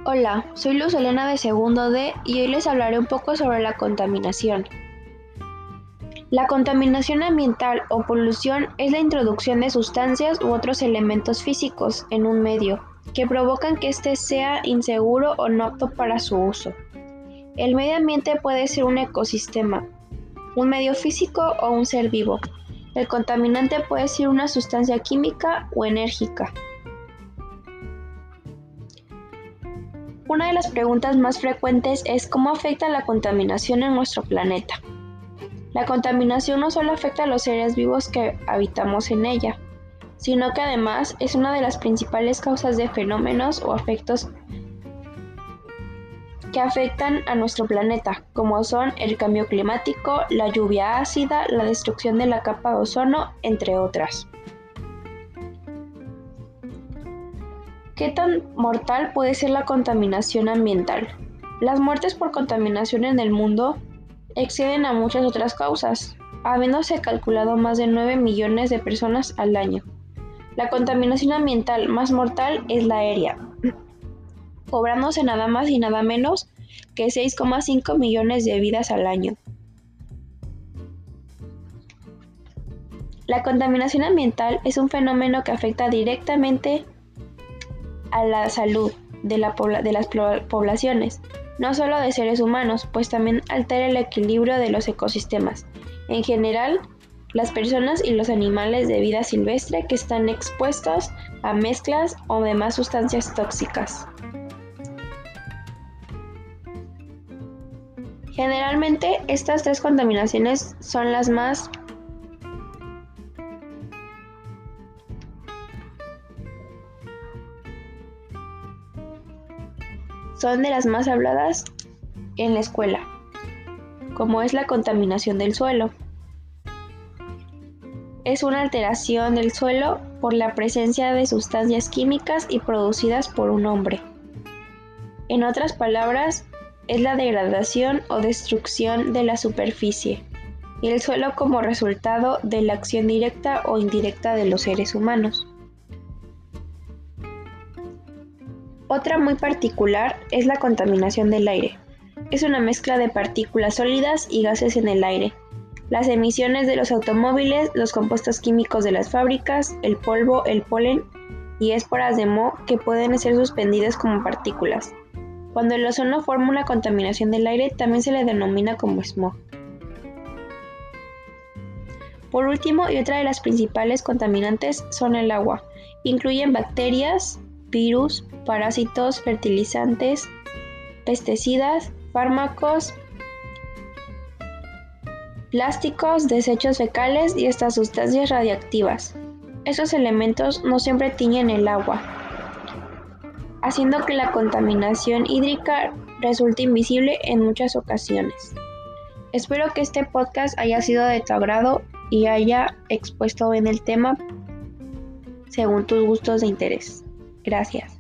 Hola, soy Luz Elena de segundo D y hoy les hablaré un poco sobre la contaminación. La contaminación ambiental o polución es la introducción de sustancias u otros elementos físicos en un medio que provocan que éste sea inseguro o no apto para su uso. El medio ambiente puede ser un ecosistema, un medio físico o un ser vivo. El contaminante puede ser una sustancia química o enérgica. Una de las preguntas más frecuentes es ¿cómo afecta la contaminación en nuestro planeta? La contaminación no solo afecta a los seres vivos que habitamos en ella, sino que además es una de las principales causas de fenómenos o efectos que afectan a nuestro planeta, como son el cambio climático, la lluvia ácida, la destrucción de la capa de ozono, entre otras. ¿Qué tan mortal puede ser la contaminación ambiental? Las muertes por contaminación en el mundo exceden a muchas otras causas, habiéndose calculado más de 9 millones de personas al año. La contaminación ambiental más mortal es la aérea, cobrándose nada más y nada menos que 6,5 millones de vidas al año. La contaminación ambiental es un fenómeno que afecta directamente a la salud de las poblaciones, no solo de seres humanos, pues también altera el equilibrio de los ecosistemas. En general, las personas y los animales de vida silvestre que están expuestos a mezclas o demás sustancias tóxicas. Generalmente, estas tres contaminaciones son de las más habladas en la escuela, como es la contaminación del suelo. Es una alteración del suelo por la presencia de sustancias químicas y producidas por un hombre. En otras palabras, es la degradación o destrucción de la superficie y el suelo como resultado de la acción directa o indirecta de los seres humanos. Otra muy particular es la contaminación del aire. Es una mezcla de partículas sólidas y gases en el aire. Las emisiones de los automóviles, los compuestos químicos de las fábricas, el polvo, el polen y esporas de moho que pueden ser suspendidas como partículas. Cuando el ozono forma una contaminación del aire, también se le denomina como smog. Por último, y otra de las principales contaminantes son el agua. Incluyen bacterias, virus, parásitos, fertilizantes, pesticidas, fármacos, plásticos, desechos fecales y estas sustancias radiactivas. Estos elementos no siempre tiñen el agua, haciendo que la contaminación hídrica resulte invisible en muchas ocasiones. Espero que este podcast haya sido de tu agrado y haya expuesto bien el tema según tus gustos de interés. Gracias.